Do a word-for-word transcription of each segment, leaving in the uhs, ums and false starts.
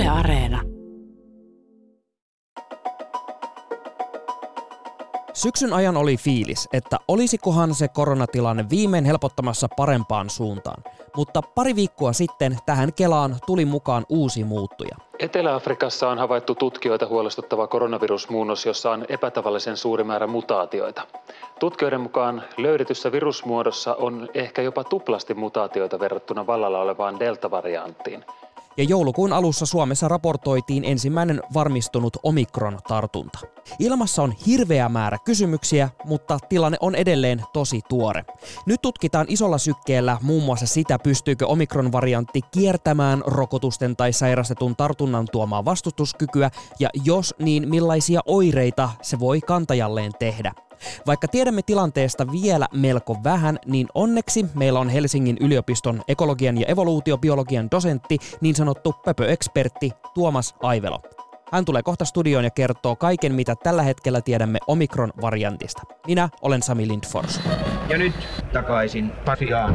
Yle Areena. Syksyn ajan oli fiilis, että olisikohan se koronatilanne viimein helpottamassa parempaan suuntaan. Mutta pari viikkoa sitten tähän kelaan tuli mukaan uusi muuttuja. Etelä-Afrikassa on havaittu tutkijoita huolestuttava koronavirusmuunnos, jossa on epätavallisen suuri määrä mutaatioita. Tutkijoiden mukaan löydetyssä virusmuodossa on ehkä jopa tuplasti mutaatioita verrattuna vallalla olevaan delta-varianttiin. Ja joulukuun alussa Suomessa raportoitiin ensimmäinen varmistunut omikron-tartunta. Ilmassa on hirveä määrä kysymyksiä, mutta tilanne on edelleen tosi tuore. Nyt tutkitaan isolla sykkeellä muun muassa sitä, pystyykö omikron-variantti kiertämään rokotusten tai sairastetun tartunnan tuomaa vastustuskykyä, ja jos niin, millaisia oireita se voi kantajalleen tehdä. Vaikka tiedämme tilanteesta vielä melko vähän, niin onneksi meillä on Helsingin yliopiston ekologian ja evoluutiobiologian dosentti, niin sanottu pöpöekspertti Tuomas Aivelo. Hän tulee kohta studioon ja kertoo kaiken, mitä tällä hetkellä tiedämme omikron-variantista. Minä olen Sami Lindfors. Ja nyt takaisin Pasiaan.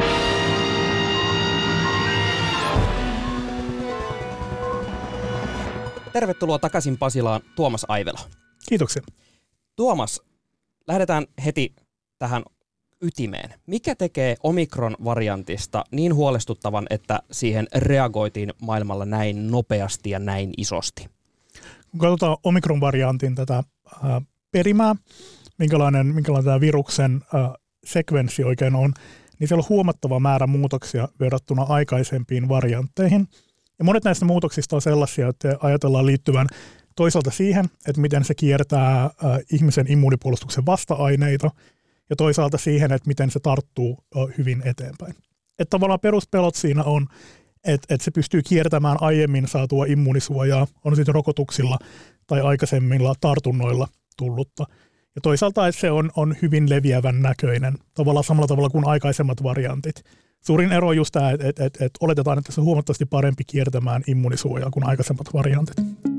Tervetuloa takaisin Pasilaan, Tuomas Aivelo. Kiitoksia. Tuomas, lähdetään heti tähän ytimeen. Mikä tekee omikron-variantista niin huolestuttavan, että siihen reagoitiin maailmalla näin nopeasti ja näin isosti? Kun katsotaan omikron-variantin tätä ää, perimää, minkälainen, minkälainen tämä viruksen ää, sekvenssi oikein on, niin siellä on huomattava määrä muutoksia verrattuna aikaisempiin variantteihin. Ja monet näistä muutoksista on sellaisia, että ajatellaan liittyvän toisaalta siihen, että miten se kiertää äh, ihmisen immuunipuolustuksen vasta-aineita, ja toisaalta siihen, että miten se tarttuu äh, hyvin eteenpäin. Että tavallaan peruspelot siinä on, että, että se pystyy kiertämään aiemmin saatua immuunisuojaa, on sitten rokotuksilla tai aikaisemmilla tartunnoilla tullutta. Ja toisaalta, että se on, on hyvin leviävän näköinen, tavallaan samalla tavalla kuin aikaisemmat variantit. Suurin ero on just tämä, että, että, että, että oletetaan, että se on huomattavasti parempi kiertämään immuunisuojaa kuin aikaisemmat variantit.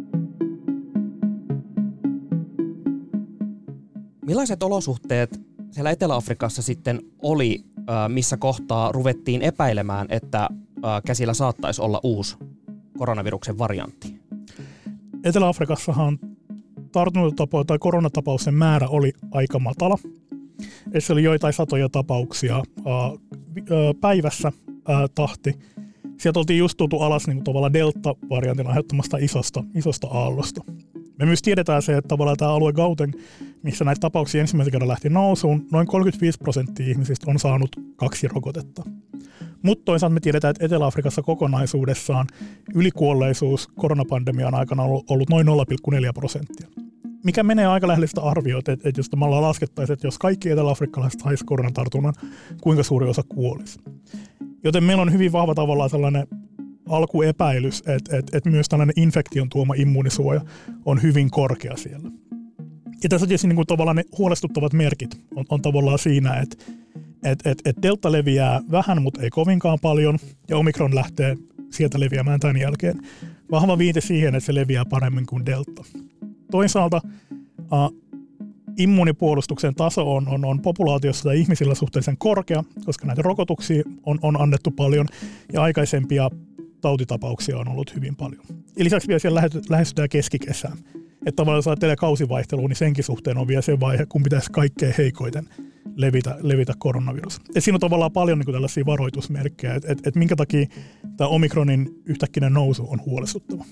Millaiset olosuhteet siellä Etelä-Afrikassa sitten oli, missä kohtaa ruvettiin epäilemään, että käsillä saattaisi olla uusi koronaviruksen variantti? Etelä-Afrikassahan tartuntatapaus tai koronatapausten määrä oli aika matala. Se oli joitain satoja tapauksia päivässä tahti. Sieltä oltiin just tultu alas niin kuin tavallaan delta-variantin aiheuttamasta isosta, isosta aallosta. Me myös tiedetään se, että tavallaan tämä alue Gauteng, missä näitä tapauksia ensimmäisen kerran lähti nousuun, noin kolmekymmentäviisi prosenttia ihmisistä on saanut kaksi rokotetta. Mutta toisaalta me tiedetään, että Etelä-Afrikassa kokonaisuudessaan ylikuolleisuus koronapandemian aikana on ollut noin nolla pilkku neljä prosenttia. Mikä menee aika lähelle sitä arvioita, että, että jos me ollaan laskettaisiin, että jos kaikki etelä-afrikkalaiset saisi koronatartunnan, kuinka suuri osa kuolisi. Joten meillä on hyvin vahva tavallaan sellainen alkuepäilys, että, että, että myös tällainen infektion tuoma immuunisuoja on hyvin korkea siellä. Ja tässä tietysti niin kuin tavallaan ne huolestuttavat merkit on, on tavallaan siinä, että, että, että, että delta leviää vähän, mutta ei kovinkaan paljon, ja omikron lähtee sieltä leviämään tämän jälkeen. Vahva viite siihen, että se leviää paremmin kuin delta. Toisaalta uh, immuunipuolustuksen taso on, on, on populaatiossa tai ihmisillä suhteellisen korkea, koska näitä rokotuksia on, on annettu paljon, ja aikaisempia tautitapauksia on ollut hyvin paljon. Ja lisäksi vielä siellä lähestytään keskikesään. Että tavallaan jos ajattelee kausivaihtelua, niin senkin suhteen on vielä se vaihe, kun pitäisi kaikkein heikoiten levitä, levitä koronavirus. Et siinä on tavallaan paljon niin kuin tällaisia varoitusmerkkejä, että et, et minkä takia tämä omikronin yhtäkkinen nousu on huolestuttava.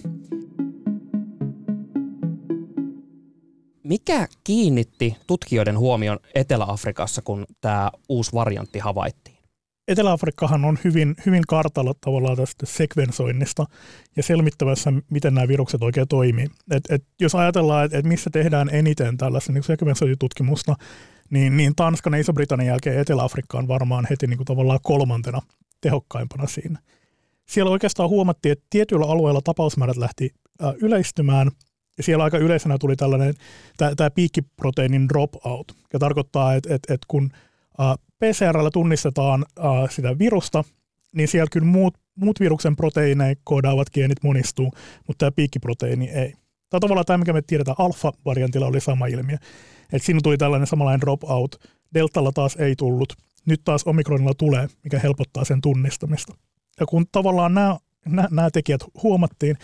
Mikä kiinnitti tutkijoiden huomion Etelä-Afrikassa, kun tämä uusi variantti havaittiin? Etelä-Afrikkahan on hyvin, hyvin kartalla tavallaan tästä sekvensoinnista ja selmittävässä, miten nämä virukset oikein toimii. Et, et jos ajatellaan, että et missä tehdään eniten tällaista niin sekvensointitutkimusta, niin, niin Tanskan ja Iso-Britannian jälkeen Etelä-Afrikka on varmaan heti niin kuin tavallaan kolmantena tehokkaimpana siinä. Siellä oikeastaan huomattiin, että tietyillä alueilla tapausmäärät lähti äh, yleistymään, ja siellä aika yleisenä tuli tällainen tämä piikkiproteiinin dropout, joka tarkoittaa, että et, et kun äh, P C R:llä tunnistetaan äh, sitä virusta, niin siellä kyllä muut, muut viruksen proteiineja koodaavat geenit monistuu, mutta tämä piikkiproteiini ei. Tämä on tavallaan tämä, mikä me tiedetään, alfa-variantilla oli sama ilmiö. Että siinä tuli tällainen samanlainen dropout. Deltalla taas ei tullut. Nyt taas omikronilla tulee, mikä helpottaa sen tunnistamista. Ja kun tavallaan nämä, nämä, nämä tekijät huomattiin,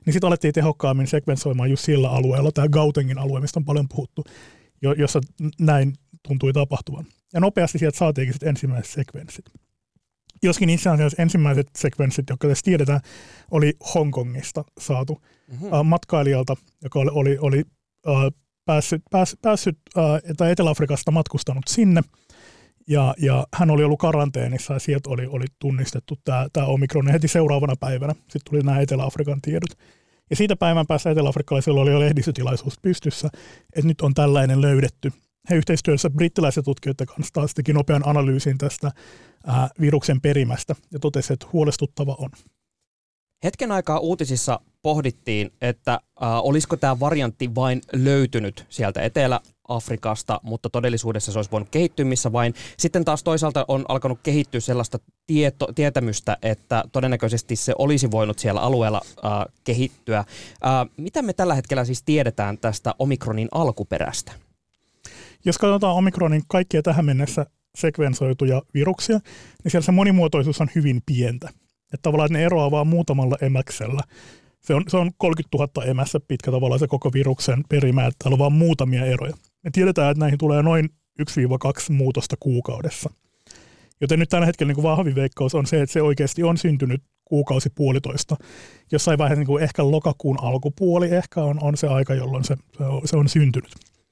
niin sitten alettiin tehokkaammin sekvensoimaan just sillä alueella, tämä Gautengin alue, mistä on paljon puhuttu, jossa näin tuntui tapahtuvan. Ja nopeasti sieltä saatiinkin sitten ensimmäiset sekvenssit. Joskin itse asiassa ensimmäiset sekvenssit, jotka tässä tiedetään, oli Hongkongista saatu mm-hmm. uh, matkailijalta, joka oli, oli, oli uh, päässyt, pääs, päässyt uh, tai Etelä-Afrikasta matkustanut sinne. Ja, ja hän oli ollut karanteenissa ja sieltä oli, oli tunnistettu tämä, tämä Omikron. Ja heti seuraavana päivänä sitten tuli nämä Etelä-Afrikan tiedot. Ja siitä päivän päässä etelä-afrikkalaisilla oli jo lehdistötilaisuus pystyssä, että nyt on tällainen löydetty. He yhteistyössä brittiläisten tutkijoiden kanssa taas teki nopean analyysin tästä ää, viruksen perimästä ja totesi, että huolestuttava on. Hetken aikaa uutisissa pohdittiin, että äh, olisiko tämä variantti vain löytynyt sieltä Etelä-Afrikasta, mutta todellisuudessa se olisi voinut kehittyä missä vain. Sitten taas toisaalta on alkanut kehittyä sellaista tieto, tietämystä, että todennäköisesti se olisi voinut siellä alueella äh, kehittyä. Äh, mitä me tällä hetkellä siis tiedetään tästä Omikronin alkuperästä? Jos katsotaan Omikronin kaikkia tähän mennessä sekvensoituja viruksia, niin siellä se monimuotoisuus on hyvin pientä. Että tavallaan ne eroaa vaan muutamalla emäksellä. Se on, se on kolmekymmentätuhatta emässä pitkä tavallaan se koko viruksen perimä, että täällä on vaan muutamia eroja. Me tiedetään, että näihin tulee noin yksi kaksi muutosta kuukaudessa. Joten nyt tällä hetkellä niin vahvin veikkaus on se, että se oikeasti on syntynyt kuukausi puolitoista. Jossain vaiheessa niin ehkä lokakuun alkupuoli ehkä on, on se aika, jolloin se, se, on, se on syntynyt.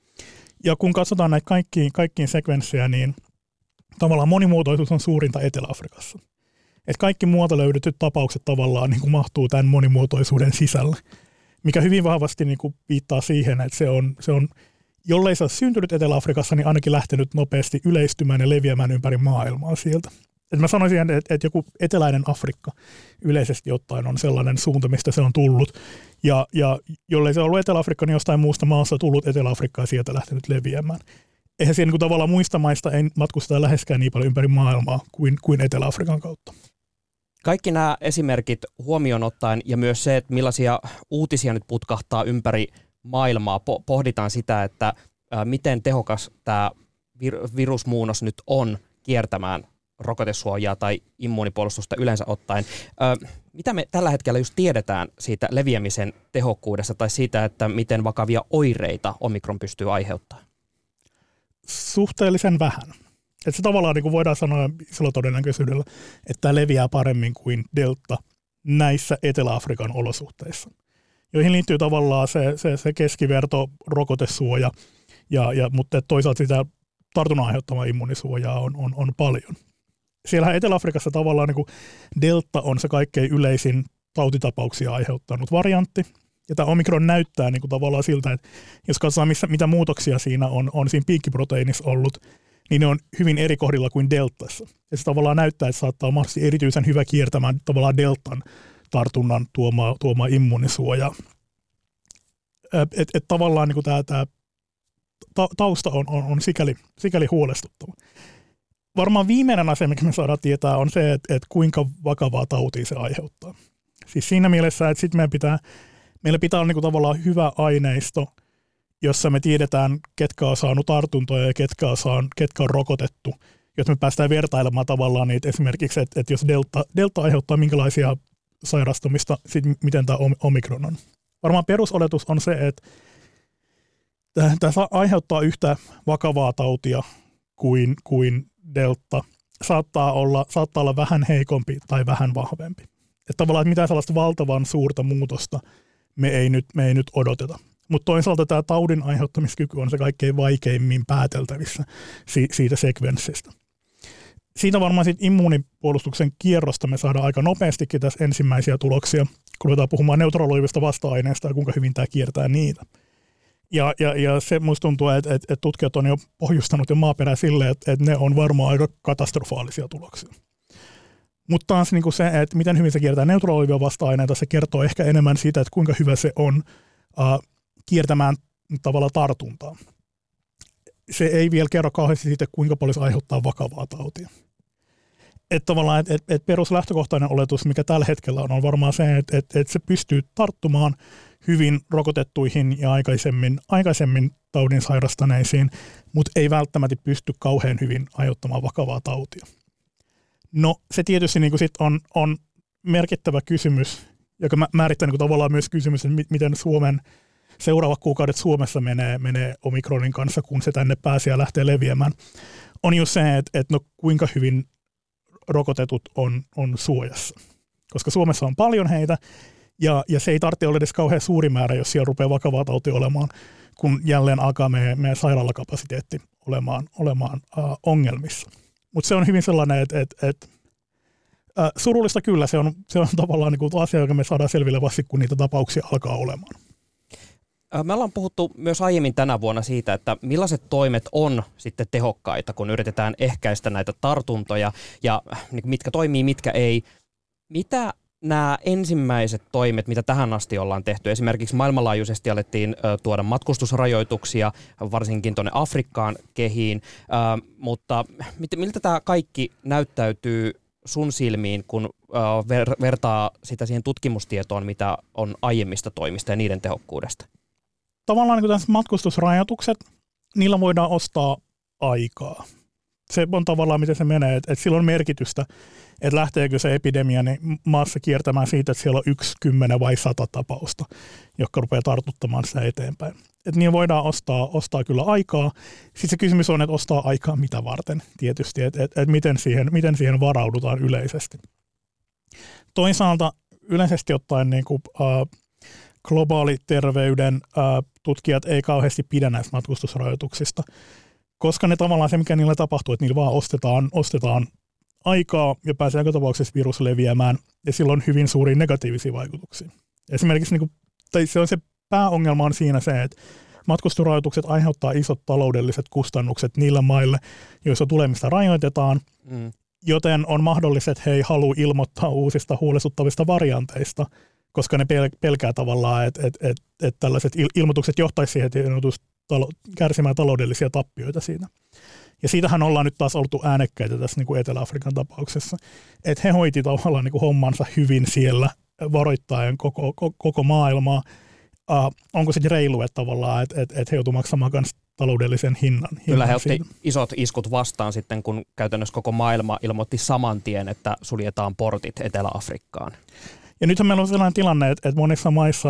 Ja kun katsotaan näitä kaikkiin, kaikkiin sekvenssejä, niin tavallaan monimuotoisuus on suurinta Etelä-Afrikassa. Että kaikki muualta löydetyt tapaukset tavallaan niin kuin mahtuu tämän monimuotoisuuden sisälle, mikä hyvin vahvasti niin kuin viittaa siihen, että se on, se on, jollei se ole syntynyt Etelä-Afrikassa, niin ainakin lähtenyt nopeasti yleistymään ja leviämään ympäri maailmaa sieltä. Et mä sanoisin, että, että joku eteläinen Afrikka yleisesti ottaen on sellainen suunta, mistä se on tullut. Ja, ja jollei se ollut Etelä-Afrikka, niin jostain muusta maassa tullut Etelä-Afrikkaan ja sieltä lähtenyt leviämään. Eihän siellä niin tavallaan muista maista ei matkusteta läheskään niin paljon ympäri maailmaa kuin, kuin Etelä-Afrikan kautta. Kaikki nämä esimerkit huomioon ottaen ja myös se, että millaisia uutisia nyt putkahtaa ympäri maailmaa, po- pohditaan sitä, että ä, miten tehokas tämä vir- virusmuunnos nyt on kiertämään rokotesuojaa tai immuunipuolustusta yleensä ottaen. Ä, mitä me tällä hetkellä just tiedetään siitä leviämisen tehokkuudesta tai siitä, että miten vakavia oireita Omikron pystyy aiheuttamaan? Suhteellisen vähän. Että se tavallaan niin kuin voidaan sanoa isolla todennäköisyydellä, että tämä leviää paremmin kuin Delta näissä Etelä-Afrikan olosuhteissa, joihin liittyy tavallaan se, se, se keskiverto rokotesuoja, ja, ja, mutta toisaalta sitä tartunnan aiheuttamaa immuunisuojaa on, on, on paljon. Siellä Etelä-Afrikassa tavallaan niin kuin Delta on se kaikkein yleisin tautitapauksia aiheuttanut variantti, ja tämä Omikron näyttää niin kuin tavallaan siltä, että jos katsotaan missä, mitä muutoksia siinä on, on siinä piikkiproteiinissa ollut, niin ne on hyvin eri kohdilla kuin deltassa. Ja se tavallaan näyttää, että saattaa olla mahdollisesti erityisen hyvä kiertämään tavallaan deltan tartunnan tuomaa, tuomaa immuunisuojaa. Että et tavallaan niin tämä, tämä tausta on, on, on sikäli, sikäli huolestuttava. Varmaan viimeinen asia, mikä me saadaan tietää, on se, että, että kuinka vakavaa tautia se aiheuttaa. Siis siinä mielessä, että sitten meidän pitää, meillä pitää olla niin kuin tavallaan hyvä aineisto, jossa me tiedetään, ketkä on saanut tartuntoja ja ketkä on, saanut, ketkä on rokotettu, jotta me päästään vertailemaan tavallaan niitä esimerkiksi, että, että jos delta, delta aiheuttaa minkälaisia sairastumista, sitten miten tämä Omikron on. Varmaan perusoletus on se, että tämä aiheuttaa yhtä vakavaa tautia kuin, kuin delta. Saattaa olla, saattaa olla vähän heikompi tai vähän vahvempi. Että tavallaan että mitään sellaista valtavan suurta muutosta me ei nyt, me ei nyt odoteta. Mutta toisaalta tämä taudin aiheuttamiskyky on se kaikkein vaikeimmin pääteltävissä siitä sekvenssistä. Siitä varmaan siitä immuunipuolustuksen kierrosta me saadaan aika nopeastikin tässä ensimmäisiä tuloksia, kun ruvetaan puhumaan neutraloivista vasta-aineista ja kuinka hyvin tämä kiertää niitä. Ja, ja, ja se musta tuntuu, että, että, että tutkijat on jo pohjustanut jo maaperää silleen, että, että ne on varmaan aika katastrofaalisia tuloksia. Mutta taas niin kuin se, että miten hyvin se kiertää neutraloivia vasta-aineita, se kertoo ehkä enemmän siitä, että kuinka hyvä se on uh, kiertämään tavalla tartuntaa. Se ei vielä kerro kauheasti siitä, kuinka paljon se aiheuttaa vakavaa tautia. Että tavallaan et, et, et peruslähtökohtainen oletus, mikä tällä hetkellä on, on varmaan se, että et, et se pystyy tarttumaan hyvin rokotettuihin ja aikaisemmin, aikaisemmin taudin sairastaneisiin, mutta ei välttämättä pysty kauhean hyvin aiheuttamaan vakavaa tautia. No se tietysti niin sit on, on merkittävä kysymys, joka määrittää niin tavallaan myös kysymys, että miten Suomen seuraavat kuukaudet Suomessa menee, menee omikronin kanssa, kun se tänne pääsee ja lähtee leviämään, on just se, että, että no, kuinka hyvin rokotetut on, on suojassa. Koska Suomessa on paljon heitä, ja, ja se ei tarvitse olla edes kauhean suuri määrä, jos siellä rupeaa vakavaa tautia olemaan, kun jälleen alkaa meidän, meidän sairaalakapasiteetti olemaan, olemaan äh, ongelmissa. Mutta se on hyvin sellainen, että et, et, äh, surullista kyllä, se on, se on tavallaan niin kuin asia, joka me saadaan selville vasta, kun niitä tapauksia alkaa olemaan. Me ollaan puhuttu myös aiemmin tänä vuonna siitä, että millaiset toimet on sitten tehokkaita, kun yritetään ehkäistä näitä tartuntoja ja mitkä toimii, mitkä ei. Mitä nämä ensimmäiset toimet, mitä tähän asti ollaan tehty, esimerkiksi maailmanlaajuisesti alettiin tuoda matkustusrajoituksia, varsinkin tuonne Afrikkaan kehiin, mutta miltä tämä kaikki näyttäytyy sun silmiin, kun ver- vertaa sitä siihen tutkimustietoon, mitä on aiemmista toimista ja niiden tehokkuudesta? Tavallaan niin tässä matkustusrajoitukset, niillä voidaan ostaa aikaa. Se on tavallaan, miten se menee, että, että sillä on merkitystä, että lähteekö se epidemia niin maassa kiertämään siitä, että siellä on yksi, kymmenen vai sata tapausta, jotka rupeaa tartuttamaan sitä eteenpäin. Että niin voidaan ostaa, ostaa kyllä aikaa. Sitten se kysymys on, että ostaa aikaa mitä varten tietysti, että, että, että miten, siihen, miten siihen varaudutaan yleisesti. Toisaalta yleisesti ottaen niin kuin, äh, globaaliterveyden äh, tutkijat ei kauheasti pidä näistä matkustusrajoituksista, koska ne tavallaan se, mikä niillä tapahtuu, että niillä vaan ostetaan, ostetaan aikaa ja pääsee joka tapauksessa virus leviämään, ja sillä on hyvin suuria negatiivisia vaikutuksia. Esimerkiksi niin kuin, tai se on se pääongelma on siinä se, että matkustusrajoitukset aiheuttaa isot taloudelliset kustannukset niille maille, joissa tulemista rajoitetaan, mm. joten on mahdollista, että he ei halua ilmoittaa uusista huolestuttavista varianteista, koska ne pel- pelkää tavallaan, että et, et, et tällaiset ilmoitukset johtaisi siihen, että joutuisi talo- kärsimään taloudellisia tappioita siitä. Ja siitähän ollaan nyt taas oltu äänekkäitä tässä niin kuin Etelä-Afrikan tapauksessa, että he hoiti tavallaan niin kuin hommansa hyvin siellä varoittaen koko, koko, koko maailmaa. Uh, onko se reilu, että tavallaan, että et, et he joutuivat maksamaan myös taloudellisen hinnan? hinnan Kyllä he otti siitä. isot iskut vastaan sitten, kun käytännössä koko maailma ilmoitti saman tien, että suljetaan portit Etelä-Afrikkaan. Ja nythän meillä on sellainen tilanne, että, että monissa maissa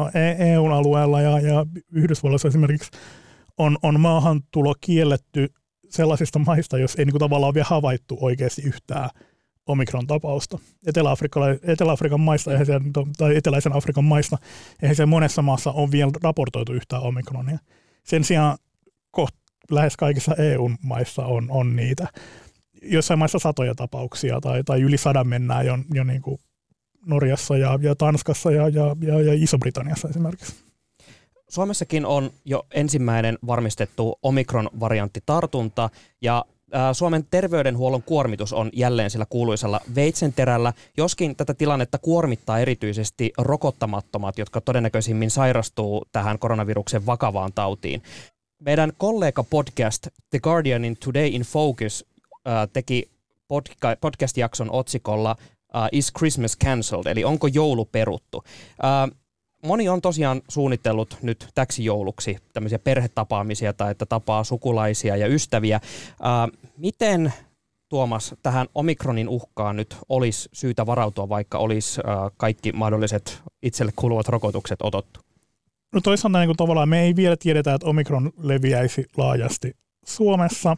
E U-alueella ja, ja Yhdysvalloissa esimerkiksi on, on maahantulo kielletty sellaisista maista, jos ei niin kuin tavallaan ole vielä havaittu oikeasti yhtään omikron-tapausta. Etelä-Afrikan maista, eihän siellä, tai eteläisen Afrikan maista, eihän siellä monessa maassa ole vielä raportoitu yhtään omikronia. Sen sijaan koht, lähes kaikissa E U-maissa on, on niitä. Jossain maissa satoja tapauksia, tai, tai yli sadan mennään jo, jo niin kuin Norjassa ja, ja Tanskassa ja, ja, ja, ja Iso-Britanniassa esimerkiksi. Suomessakin on jo ensimmäinen varmistettu omikron-varianttitartunta, ja Suomen terveydenhuollon kuormitus on jälleen sillä kuuluisella veitsenterällä, joskin tätä tilannetta kuormittaa erityisesti rokottamattomat, jotka todennäköisimmin sairastuu tähän koronaviruksen vakavaan tautiin. Meidän kollega podcast The Guardianin Today in Focus äh, teki podca- podcast-jakson otsikolla uh, Is Christmas Cancelled, eli onko joulu peruttu. Äh, Moni on tosiaan suunnitellut nyt täksi jouluksi tämmöisiä perhetapaamisia tai että tapaa sukulaisia ja ystäviä. Ää, miten, Tuomas, tähän omikronin uhkaan nyt olisi syytä varautua, vaikka olisi ää, kaikki mahdolliset itselle kuuluvat rokotukset otettu? No toisaalta niin kuin tavallaan me ei vielä tiedetä, että omikron leviäisi laajasti Suomessa.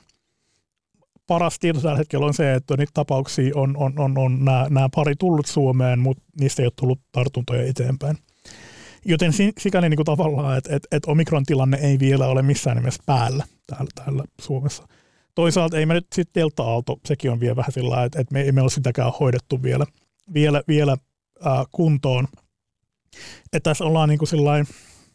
Paras tieto tällä hetkellä on se, että niitä tapauksia on, on, on, on nämä, nämä pari tullut Suomeen, mutta niistä ei ole tullut tartuntoja eteenpäin. Joten sikäli niin kuin tavallaan, että, että, että omikron-tilanne ei vielä ole missään nimessä päällä täällä, täällä Suomessa. Toisaalta ei me nyt sitten delta-aalto, sekin on vielä vähän sillä, että, että me ei me ole sitäkään hoidettu vielä, vielä, vielä ää, kuntoon. Että tässä ollaan niin kuin sillain,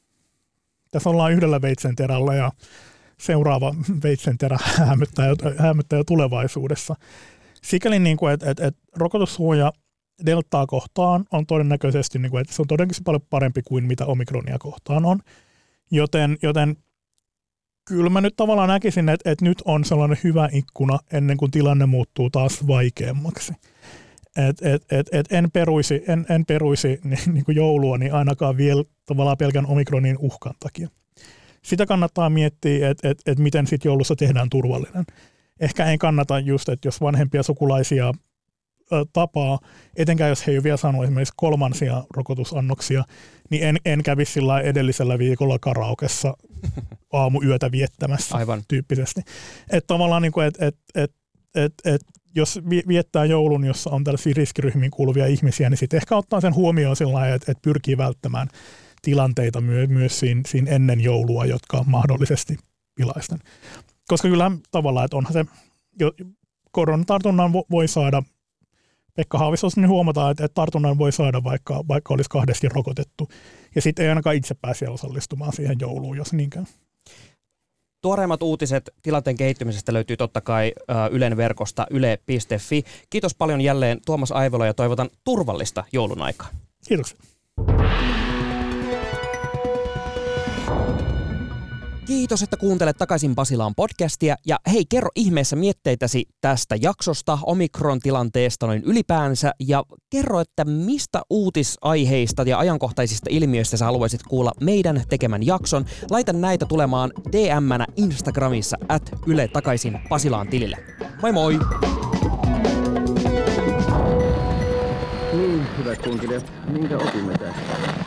tässä ollaan yhdellä veitsenterällä ja seuraava veitsenterä hämöttää, hämöttää jo tulevaisuudessa. Sikäli, niin kuin, että, että, että rokotussuoja deltaa kohtaan on todennäköisesti, niin kuin, että se on todennäköisesti paljon parempi kuin mitä omikronia kohtaan on. Joten, joten kyllä mä nyt tavallaan näkisin, että, että nyt on sellainen hyvä ikkuna ennen kuin tilanne muuttuu taas vaikeammaksi. Et, et, et, et en peruisi, en, en peruisi niin, niin kuin joulua niin ainakaan vielä tavallaan pelkän omikronin uhkan takia. Sitä kannattaa miettiä, että et, et miten sit joulussa tehdään turvallinen. Ehkä ei kannata just, että jos vanhempia sukulaisia tapaa, etenkään jos he ei ole vielä saanut esimerkiksi kolmansia rokotusannoksia, niin en, en kävisi sillä edellisellä viikolla karaokessa aamuyötä viettämässä. Aivan. Tyyppisesti. Että tavallaan, niin kuin, et, et, et, et, et, jos viettää joulun, jossa on tällaisia riskiryhmiin kuuluvia ihmisiä, niin sitten ehkä ottaa sen huomioon sillä lailla, että, että pyrkii välttämään tilanteita myö, myös siinä, siinä ennen joulua, jotka mahdollisesti pilaisten. Koska kyllä tavallaan, että onhan se, koronatartunnan voi saada, Pekka Haavistossa niin huomataan, että, että tartunnan voi saada, vaikka, vaikka olisi kahdesti rokotettu. Ja sitten ei ainakaan itse pääse osallistumaan siihen jouluun, jos niinkään. Tuoreimmat uutiset tilanteen kehittymisestä löytyy totta kai Ylen verkosta yle piste fi. Kiitos paljon jälleen Tuomas Aivola ja toivotan turvallista joulun aikaa. Kiitoksia. Kiitos, että kuuntelet Takaisin Pasilaan podcastia ja hei, kerro ihmeessä mietteitäsi tästä jaksosta, Omikron-tilanteesta noin ylipäänsä ja kerro, että mistä uutisaiheista ja ajankohtaisista ilmiöistä sä haluaisit kuulla meidän tekemän jakson. Laita näitä tulemaan D M-nä Instagramissa at Yle Takaisin Pasilaan tilille. Moi moi! Niin, hyvät kunkilijat, minkä opimme tästä?